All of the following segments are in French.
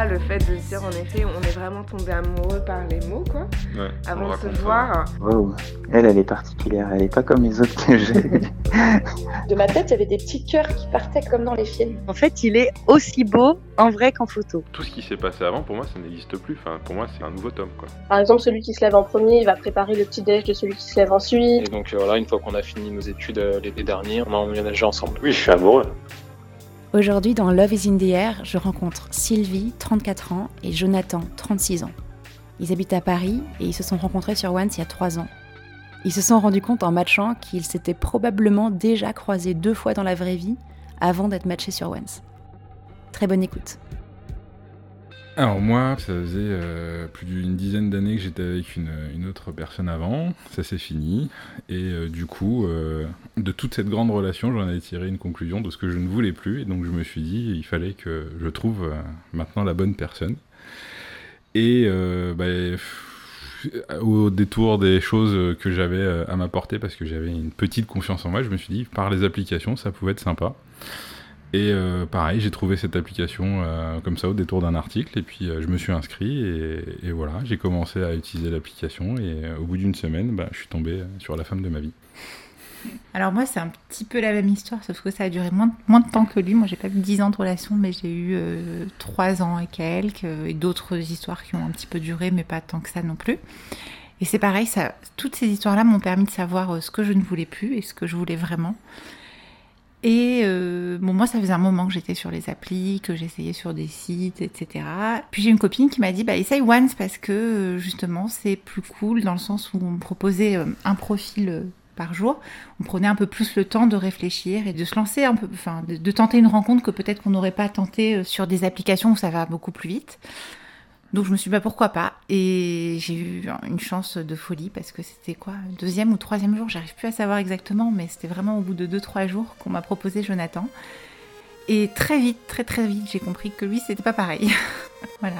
déjà le fait de se dire en effet on est vraiment tombé amoureux par les mots quoi, Ouais, avant de se voir. Wow. Elle est particulière, elle est pas comme les autres que j'ai. De ma tête, il y avait des petits cœurs qui partaient comme dans les films. En fait, il est aussi beau en vrai qu'en photo. Tout ce qui s'est passé avant, pour moi, ça n'existe plus. Enfin, pour moi, c'est un nouveau tome, quoi. Par exemple, celui qui se lève en premier, il va préparer le petit déj de celui qui se lève ensuite. Et donc voilà, une fois qu'on a fini nos études l'été dernier, on a emménagé ensemble. Oui, je suis amoureux. Aujourd'hui, dans Love is in the air, je rencontre Sylvie, 34 ans, et Jonathan, 36 ans. Ils habitent à Paris et ils se sont rencontrés sur Once il y a 3 ans. Ils se sont rendus compte en matchant qu'ils s'étaient probablement déjà croisés 2 fois dans la vraie vie avant d'être matchés sur Once. Très bonne écoute. Alors moi, ça faisait plus d'une dizaine d'années que j'étais avec une autre personne avant, ça s'est fini, et du coup, de toute cette grande relation, j'en ai tiré une conclusion de ce que je ne voulais plus, et donc je me suis dit, il fallait que je trouve maintenant la bonne personne. Et au détour des choses que j'avais à m'apporter, parce que j'avais une petite confiance en moi, je me suis dit, par les applications, ça pouvait être sympa. Et pareil, j'ai trouvé cette application comme ça au détour d'un article, et puis je me suis inscrit, et voilà, j'ai commencé à utiliser l'application, et au bout d'une semaine, je suis tombé sur la femme de ma vie. Alors moi, c'est un petit peu la même histoire, sauf que ça a duré moins de temps que lui. Moi, j'ai pas eu 10 ans de relation, mais j'ai eu 3 ans et quelques, et d'autres histoires qui ont un petit peu duré, mais pas tant que ça non plus. Et c'est pareil, toutes ces histoires-là m'ont permis de savoir ce que je ne voulais plus et ce que je voulais vraiment. Et moi, ça faisait un moment que j'étais sur les applis, que j'essayais sur des sites, etc. Puis j'ai une copine qui m'a dit, essaye Once parce que justement, c'est plus cool dans le sens où on me proposait un profil par jour. On prenait un peu plus le temps de réfléchir et de se lancer un peu, de tenter une rencontre que peut-être qu'on n'aurait pas tenté sur des applications où ça va beaucoup plus vite. Donc je me suis dit pourquoi pas, et j'ai eu une chance de folie parce que c'était le 2e ou 3e jour, j'arrive plus à savoir exactement, mais c'était vraiment au bout de 2-3 jours qu'on m'a proposé Jonathan. Et très vite, très vite, j'ai compris que lui c'était pas pareil. Voilà.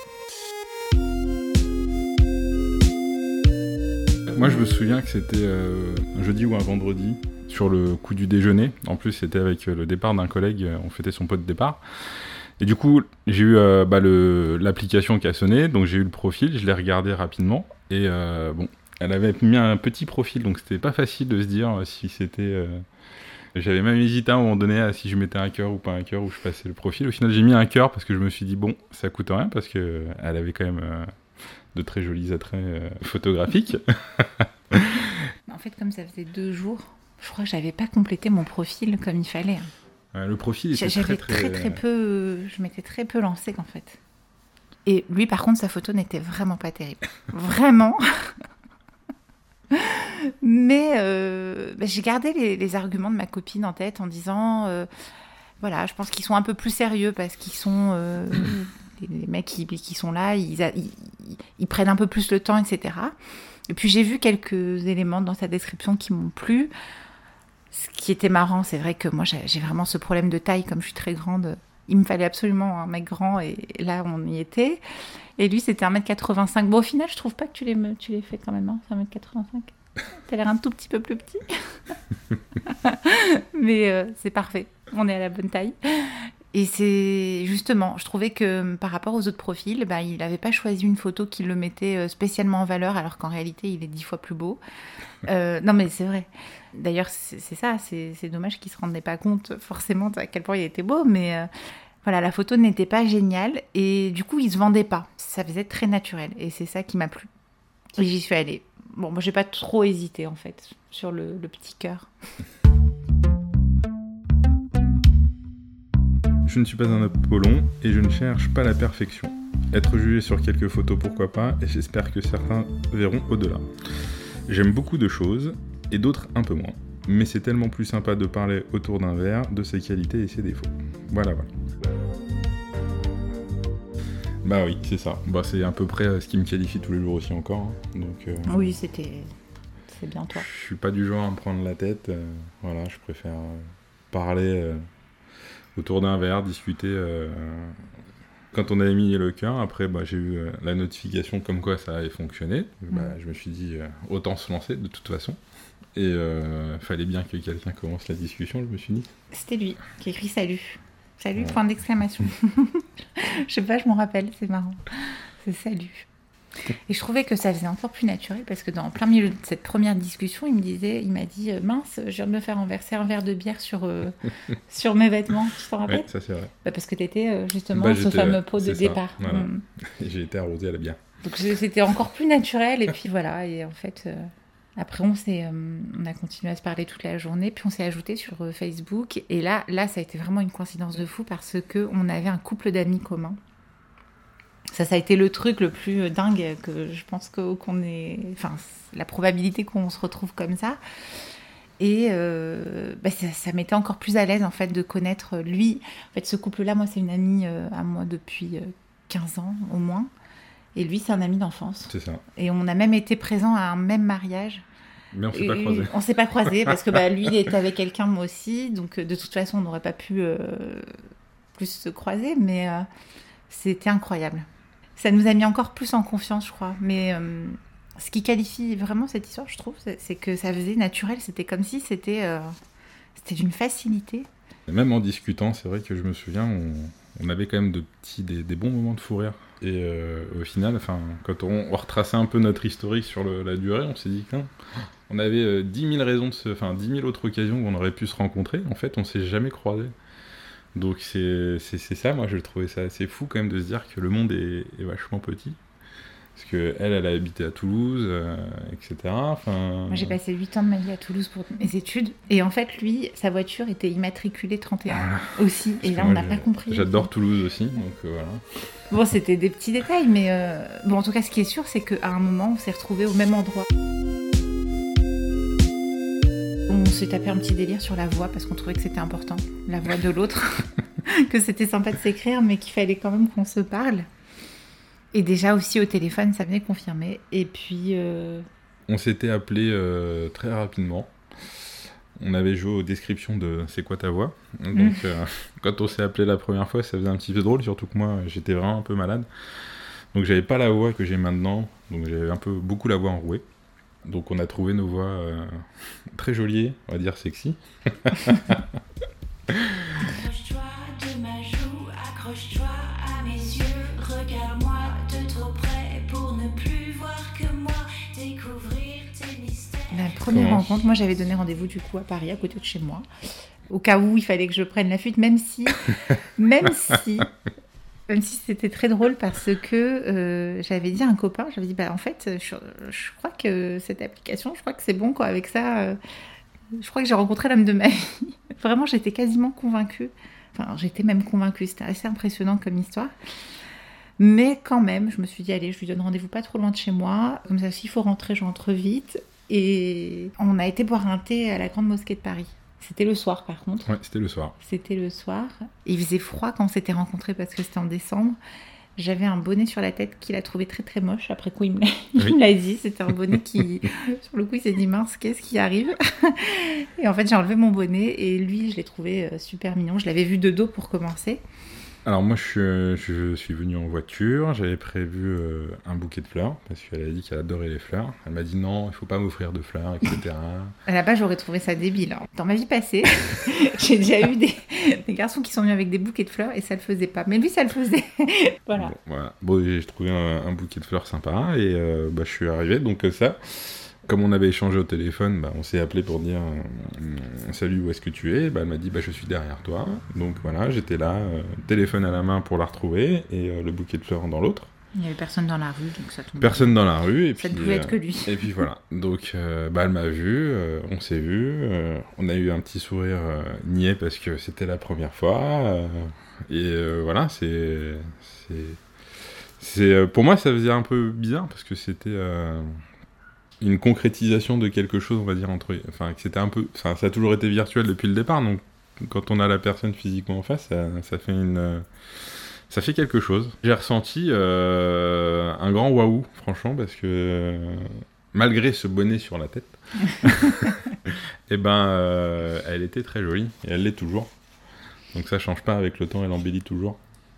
Moi je me souviens que c'était un jeudi ou un vendredi, sur le coup du déjeuner. En plus c'était avec le départ d'un collègue, on fêtait son pot de départ. Et du coup, j'ai eu l'application qui a sonné, donc j'ai eu le profil, je l'ai regardé rapidement, et elle avait mis un petit profil, donc c'était pas facile de se dire si c'était... J'avais même hésité à un moment donné si je mettais un cœur ou pas un cœur, où je passais le profil. Au final, j'ai mis un cœur parce que je me suis dit, bon, ça coûte rien, parce qu'elle avait quand même de très jolis attraits photographiques. En fait, comme ça faisait 2 jours, je crois que j'avais pas complété mon profil comme il fallait. Le profil était j'avais très peu, je m'étais très peu lancée en fait. Et lui par contre sa photo n'était vraiment pas terrible, vraiment. Mais j'ai gardé les arguments de ma copine en tête en disant voilà, je pense qu'ils sont un peu plus sérieux parce qu'ils sont les mecs qui sont là, ils prennent un peu plus le temps, etc. Et puis j'ai vu quelques éléments dans sa description qui m'ont plu. Ce qui était marrant, c'est vrai que moi j'ai vraiment ce problème de taille, comme je suis très grande, il me fallait absolument un mec grand, et là on y était. Et lui c'était 1m85. Bon, au final je trouve pas que tu l'aies fait quand même, hein, c'est 1m85. T'as l'air un tout petit peu plus petit. Mais c'est parfait, on est à la bonne taille. Et c'est justement, je trouvais que par rapport aux autres profils, il n'avait pas choisi une photo qui le mettait spécialement en valeur, alors qu'en réalité il est 10 fois plus beau. Non mais c'est vrai. D'ailleurs c'est ça, c'est dommage qu'il ne se rendait pas compte forcément à quel point il était beau, mais voilà, la photo n'était pas géniale, et du coup il ne se vendait pas. Ça faisait très naturel, et c'est ça qui m'a plu. Et j'y suis allée. Bon, moi j'ai pas trop hésité en fait, sur le petit cœur. Je ne suis pas un Apollon et je ne cherche pas la perfection. Être jugé sur quelques photos, pourquoi pas, et j'espère que certains verront au-delà. J'aime beaucoup de choses, et d'autres un peu moins. Mais c'est tellement plus sympa de parler autour d'un verre de ses qualités et ses défauts. Voilà. Bah oui, c'est ça. C'est à peu près ce qui me qualifie tous les jours aussi encore. Hein. Donc, oui, c'est bien toi. Je suis pas du genre à me prendre la tête. Voilà, je préfère parler... autour d'un verre, discuter. Quand on avait mis le cœur, après j'ai eu la notification comme quoi ça avait fonctionné. Je me suis dit autant se lancer de toute façon. Et fallait bien que quelqu'un commence la discussion, je me suis dit. C'était lui qui a écrit salut. Salut, point d'exclamation. Je sais pas, je m'en rappelle, c'est marrant. C'est salut. Et je trouvais que ça faisait encore plus naturel parce que dans plein milieu de cette première discussion, il m'a dit mince, je viens de me faire renverser un verre de bière sur mes vêtements. Tu t'en rappelles? Ouais, ça c'est vrai. Parce que t'étais justement ce fameux pot de départ. Voilà. J'ai été arrosé à la bière. Donc c'était encore plus naturel et puis voilà. Et en fait, après on a continué à se parler toute la journée, puis on s'est ajouté sur Facebook. Et là, ça a été vraiment une coïncidence de fou parce que on avait un couple d'amis communs. Ça a été le truc le plus dingue que je pense qu'on est... Enfin, la probabilité qu'on se retrouve comme ça. Et ça m'était encore plus à l'aise, en fait, de connaître lui. En fait, ce couple-là, moi, c'est une amie à moi depuis 15 ans, au moins. Et lui, c'est un ami d'enfance. C'est ça. Et on a même été présents à un même mariage. Mais on ne s'est pas croisés. On ne s'est pas croisés parce que lui, il était avec quelqu'un, moi aussi. Donc, de toute façon, on n'aurait pas pu plus se croiser. Mais c'était incroyable. Ça nous a mis encore plus en confiance, je crois. Mais ce qui qualifie vraiment cette histoire, je trouve, c'est que ça faisait naturel. C'était comme si c'était d'une facilité. Et même en discutant, c'est vrai que je me souviens, on avait quand même des bons moments de fou rire. Et au final, quand on retraçait un peu notre historique sur la durée, on s'est dit qu'on avait 10 000 raisons 10 000 autres occasions où on aurait pu se rencontrer. En fait, on ne s'est jamais croisés. Donc c'est ça, moi je trouvais ça assez fou quand même de se dire que le monde est vachement petit. Parce qu'elle a habité à Toulouse, etc. Moi j'ai passé 8 ans de ma vie à Toulouse pour mes études. Et en fait, lui, sa voiture était immatriculée 31 aussi. Et là, on n'a pas compris. J'adore Toulouse aussi, donc voilà. Bon, c'était des petits détails, mais en tout cas, ce qui est sûr, c'est qu'à un moment, on s'est retrouvés au même endroit. On s'est tapé un petit délire sur la voix parce qu'on trouvait que c'était important, la voix de l'autre, que c'était sympa de s'écrire, mais qu'il fallait quand même qu'on se parle. Et déjà aussi au téléphone, ça venait confirmer. Et puis... On s'était appelé très rapidement. On avait joué aux descriptions de « C'est quoi ta voix ?» Donc quand on s'est appelé la première fois, ça faisait un petit peu drôle, surtout que moi, j'étais vraiment un peu malade. Donc j'avais pas la voix que j'ai maintenant, donc j'avais beaucoup la voix enrouée. Donc on a trouvé nos voix très jolies, on va dire sexy. Accroche-toi de ma joue, accroche-toi à mes yeux, regarde-moi de trop près pour ne plus voir que moi, découvrir tes mystères. La première rencontre, moi j'avais donné rendez-vous du coup à Paris, à côté de chez moi, au cas où il fallait que je prenne la fuite, même si c'était très drôle parce que j'avais dit à un copain, j'avais dit en fait je crois que cette application, je crois que c'est bon quoi, avec ça je crois que j'ai rencontré l'homme de ma vie. Vraiment j'étais quasiment convaincue, j'étais même convaincue, c'était assez impressionnant comme histoire, mais quand même je me suis dit allez, je lui donne rendez-vous pas trop loin de chez moi, comme ça s'il faut rentrer je rentre vite. Et on a été boire un thé à la Grande Mosquée de Paris. C'était le soir, par contre. Ouais, c'était le soir. C'était le soir. Il faisait froid quand on s'était rencontrés parce que c'était en décembre. J'avais un bonnet sur la tête qu'il a trouvé très très moche. Après coup, il me l'a dit. C'était un bonnet qui, sur le coup, il s'est dit mince, qu'est-ce qui arrive? Et en fait, j'ai enlevé mon bonnet et lui, je l'ai trouvé super mignon. Je l'avais vu de dos pour commencer. Alors moi, je suis venu en voiture. J'avais prévu un bouquet de fleurs parce qu'elle a dit qu'elle adorait les fleurs. Elle m'a dit non, il faut pas m'offrir de fleurs, etc. À la base, j'aurais trouvé ça débile. Dans ma vie passée, j'ai déjà eu des garçons qui sont venus avec des bouquets de fleurs et ça le faisait pas. Mais lui, ça le faisait. Voilà. Bon, j'ai trouvé un bouquet de fleurs sympa et je suis arrivé. Donc ça, comme on avait échangé au téléphone, on s'est appelé pour dire salut, où est-ce que tu es? Elle m'a dit je suis derrière toi. Donc voilà, j'étais là, téléphone à la main pour la retrouver et le bouquet de fleurs dans l'autre. Il n'y avait personne dans la rue, donc ça tombe. Personne dans la rue. Et ça puis, ne pouvait être que lui. Et puis voilà. Donc elle m'a vu, on s'est vu, on a eu un petit sourire niais parce que c'était la première fois. Voilà, c'est pour moi ça faisait un peu bizarre parce que c'était une concrétisation de quelque chose, on va dire, que c'était un peu... ça a toujours été virtuel depuis le départ, donc quand on a la personne physiquement en face, ça fait quelque chose. J'ai ressenti un grand waouh, franchement, parce que malgré ce bonnet sur la tête, elle était très jolie, et elle l'est toujours. Donc ça change pas avec le temps, elle embellit toujours.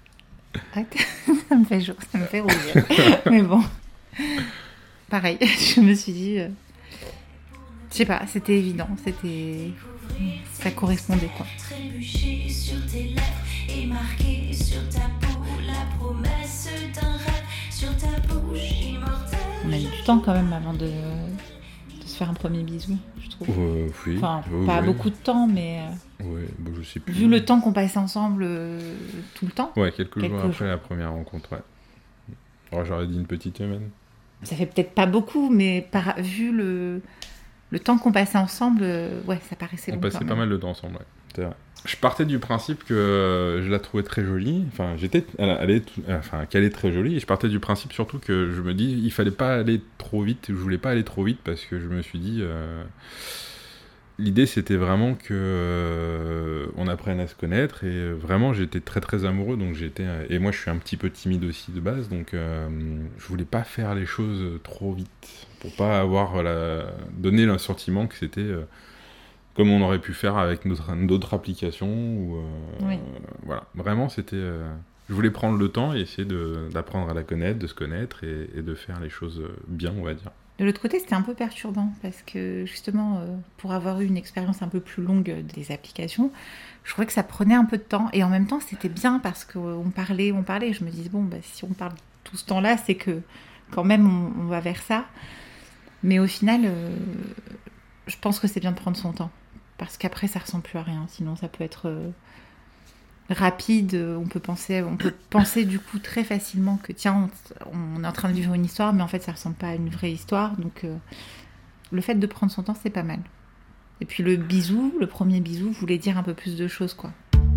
Ça me fait rougir. Mais bon... Pareil, je me suis dit... je sais pas, c'était évident, ça correspondait quoi. Trébucher sur tes lèvres marqué sur ta peau la promesse d'un rêve, sur ta bouche immortelle. On a mis du temps quand même avant de se faire un premier bisou, je trouve. Oui. Enfin, pas beaucoup de temps, mais Ouais, bon, je sais plus. vu le temps qu'on passait ensemble tout le temps. Ouais, quelques jours après la première rencontre, ouais. Alors, j'aurais dit une petite semaine. Ça fait peut-être pas beaucoup, mais vu le temps qu'on passait ensemble, ouais, ça paraissait long. On passait quand pas même. mal de temps ensemble, ouais. C'est vrai. Je partais du principe que je la trouvais très jolie. Enfin, qu'elle est très jolie. Et je partais du principe surtout que je me dis, il fallait pas aller trop vite. Je voulais pas aller trop vite parce que je me suis dit, l'idée c'était vraiment que on apprenne à se connaître. Et vraiment, j'étais très très amoureux. Donc et moi, je suis un petit peu timide aussi de base. Donc, je voulais pas faire les choses trop vite pour pas donner le sentiment que c'était comme on aurait pu faire avec d'autres applications. Oui. Voilà, vraiment, c'était... je voulais prendre le temps et essayer d'apprendre à la connaître, de se connaître et de faire les choses bien, on va dire. De l'autre côté, c'était un peu perturbant parce que justement, pour avoir eu une expérience un peu plus longue des applications, je trouvais que ça prenait un peu de temps. Et en même temps, c'était bien parce qu'on parlait. Je me disais, bon, bah, si on parle tout ce temps-là, c'est que quand même, on va vers ça. Mais au final, je pense que c'est bien de prendre son temps. Parce qu'après, ça ressemble plus à rien. Sinon, ça peut être rapide. On peut penser du coup très facilement que tiens, on est en train de vivre une histoire, mais en fait, ça ressemble pas à une vraie histoire. Donc, le fait de prendre son temps, c'est pas mal. Et puis le premier bisou, voulait dire un peu plus de choses, quoi.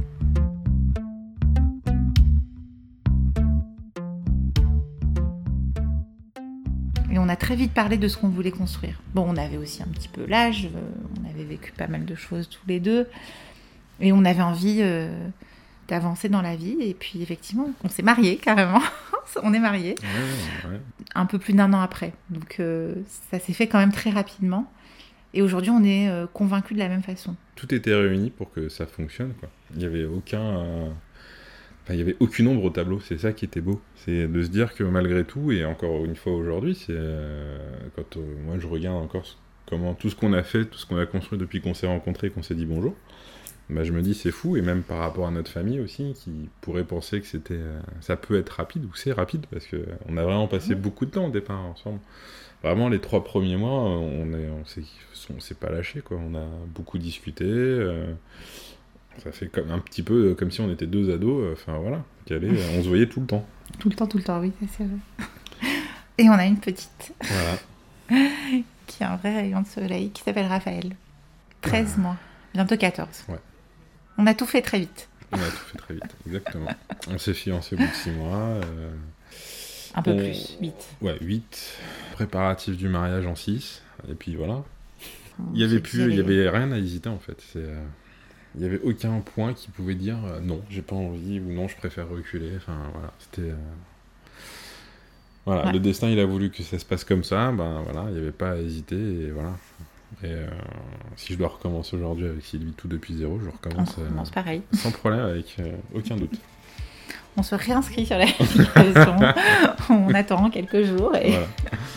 Et on a très vite parlé de ce qu'on voulait construire. Bon, on avait aussi un petit peu l'âge, on avait vécu pas mal de choses tous les deux, et on avait envie d'avancer dans la vie. Et puis effectivement, on s'est mariés carrément. On est mariés. Ouais. Un peu plus d'1 an après. Donc ça s'est fait quand même très rapidement. Et aujourd'hui, on est convaincus de la même façon. Tout était réuni pour que ça fonctionne, quoi. Il y avait il n'y avait aucune ombre au tableau, c'est ça qui était beau. C'est de se dire que malgré tout, et encore une fois aujourd'hui, c'est quand moi je regarde encore comment tout ce qu'on a fait, tout ce qu'on a construit depuis qu'on s'est rencontrés et qu'on s'est dit bonjour, bah je me dis c'est fou, et même par rapport à notre famille aussi, qui pourrait penser que ça peut être rapide, ou c'est rapide, parce qu'on a vraiment passé beaucoup de temps au départ ensemble. Vraiment, les 3 premiers mois, on s'est pas lâché, quoi. On a beaucoup discuté. Ça fait un petit peu comme si on était 2 ados. Enfin voilà, on se voyait tout le temps. Tout le temps, oui, c'est vrai. Et on a une petite. Voilà. Qui a un vrai rayon de soleil, qui s'appelle Raphaël. 13 mois, bientôt 14. Ouais. On a tout fait très vite. Exactement. On s'est fiancés au bout de 6 mois. Un peu plus, 8. Ouais, 8. Préparatifs du mariage en 6. Et puis voilà. Il y avait rien à hésiter en fait. Il n'y avait aucun point qui pouvait dire non, j'ai pas envie, ou non, je préfère reculer. Enfin voilà, c'était... Voilà, ouais. Le destin il a voulu que ça se passe comme ça, ben voilà, il n'y avait pas à hésiter, et voilà. Et si je dois recommencer aujourd'hui avec Sylvie tout depuis zéro, je recommence pareil. Sans problème, avec aucun doute. On se réinscrit sur l'application, on attend quelques jours et... Voilà.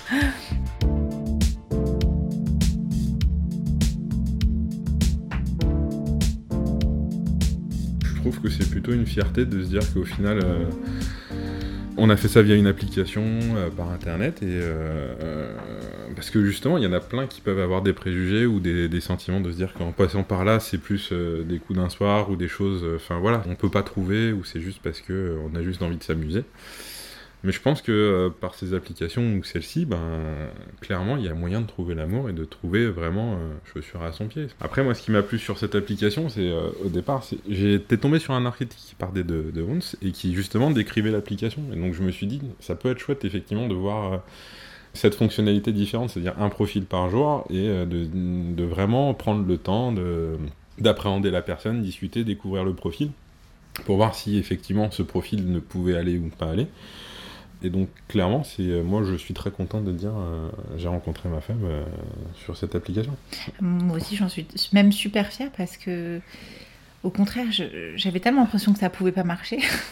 Je trouve que c'est plutôt une fierté de se dire qu'au final, on a fait ça via une application par internet, et parce que justement, il y en a plein qui peuvent avoir des préjugés ou des sentiments de se dire qu'en passant par là, c'est plus des coups d'un soir ou des choses, enfin voilà, on peut pas trouver, ou c'est juste parce que on a juste envie de s'amuser. Mais je pense que par ces applications ou celle-ci, clairement, il y a moyen de trouver l'amour et de trouver vraiment chaussure à son pied. Après, moi, ce qui m'a plu sur cette application, c'est au départ, j'étais tombé sur un article qui parlait de Wons et qui justement décrivait l'application. Et donc je me suis dit, ça peut être chouette effectivement de voir cette fonctionnalité différente, c'est-à-dire un profil par jour, et de vraiment prendre le temps d'appréhender la personne, discuter, découvrir le profil, pour voir si effectivement ce profil ne pouvait aller ou pas aller. Et donc clairement, moi je suis très content de dire j'ai rencontré ma femme sur cette application. Moi aussi j'en suis même super fière, parce que au contraire j'avais tellement l'impression que ça pouvait pas marcher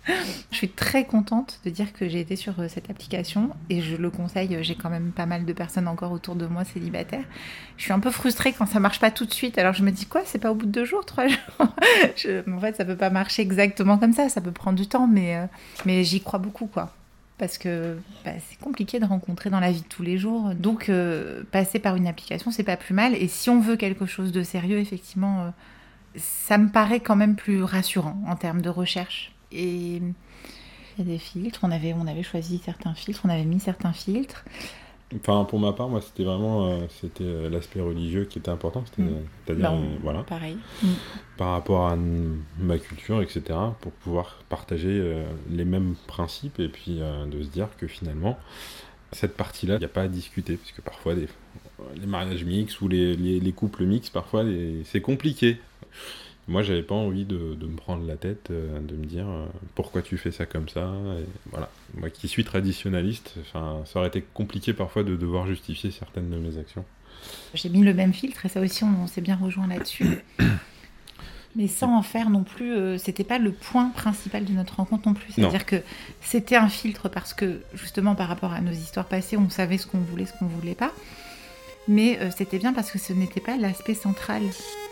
Je suis très contente de dire que j'ai été sur cette application et je le conseille. J'ai quand même pas mal de personnes encore autour de moi célibataires. Je suis un peu frustrée quand ça marche pas tout de suite. Alors je me dis quoi, c'est pas au bout de 2 jours, 3 jours En fait, ça peut pas marcher exactement comme ça. Ça peut prendre du temps, mais j'y crois beaucoup, quoi. Parce que c'est compliqué de rencontrer dans la vie de tous les jours. Donc, passer par une application, c'est pas plus mal. Et si on veut quelque chose de sérieux, effectivement, ça me paraît quand même plus rassurant en termes de recherche. Et il y a des filtres, on avait choisi certains filtres, on avait mis certains filtres. Enfin, pour ma part, moi, c'était vraiment l'aspect religieux qui était important, c'est-à-dire, voilà, pareil. Par rapport à ma culture, etc., pour pouvoir partager les mêmes principes et puis de se dire que finalement, cette partie-là, il n'y a pas à discuter, parce que parfois, les mariages mixtes ou les couples mixtes, parfois, c'est compliqué. Moi, j'avais pas envie de me prendre la tête, de me dire pourquoi tu fais ça comme ça. Et voilà. Moi qui suis traditionnaliste, ça aurait été compliqué parfois de devoir justifier certaines de mes actions. J'ai mis le même filtre et ça aussi, on s'est bien rejoint là-dessus. Mais sans en faire non plus, c'était pas le point principal de notre rencontre non plus. C'est-à-dire que c'était un filtre parce que, justement, par rapport à nos histoires passées, on savait ce qu'on voulait pas. Mais c'était bien parce que ce n'était pas l'aspect central.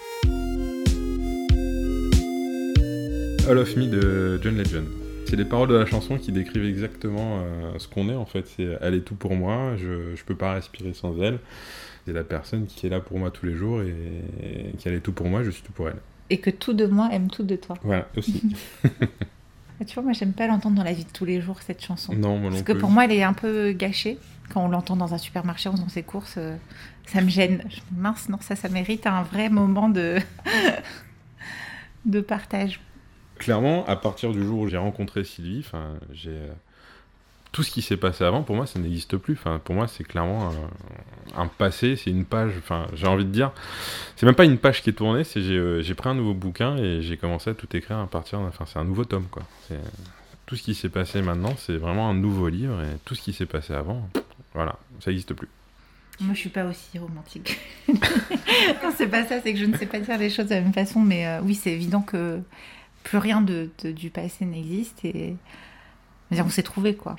All of Me de John Legend. C'est les paroles de la chanson qui décrivent exactement ce qu'on est en fait. C'est elle est tout pour moi, je peux pas respirer sans elle. C'est la personne qui est là pour moi tous les jours et qui elle est tout pour moi, je suis tout pour elle. Et que tout de moi aime tout de toi. Voilà, aussi. Tu vois, moi j'aime pas l'entendre dans la vie de tous les jours cette chanson. Non, moi non plus. Parce que pour moi elle est un peu gâchée. Quand on l'entend dans un supermarché en faisant ses courses, ça me gêne. Je me dis, mince, non, ça mérite un vrai moment de partage. Clairement, à partir du jour où j'ai rencontré Sylvie, tout ce qui s'est passé avant, pour moi, ça n'existe plus. Pour moi, c'est clairement un passé, c'est une page. J'ai envie de dire, c'est même pas une page qui est tournée. C'est j'ai pris un nouveau bouquin et j'ai commencé à tout écrire à partir. C'est un nouveau tome, quoi. Tout ce qui s'est passé maintenant, c'est vraiment un nouveau livre et tout ce qui s'est passé avant, voilà, ça n'existe plus. Moi, je suis pas aussi romantique. Non, c'est pas ça. C'est que je ne sais pas dire les choses de la même façon. Mais oui, c'est évident que plus rien du passé n'existe et on s'est trouvés, quoi.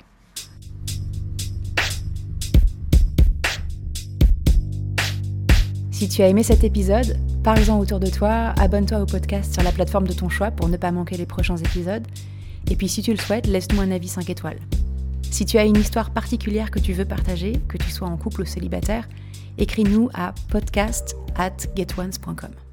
Si tu as aimé cet épisode, parle-en autour de toi, abonne-toi au podcast sur la plateforme de ton choix pour ne pas manquer les prochains épisodes. Et puis si tu le souhaites, laisse-nous un avis 5 étoiles. Si tu as une histoire particulière que tu veux partager, que tu sois en couple ou célibataire, écris-nous à podcast@getones.com.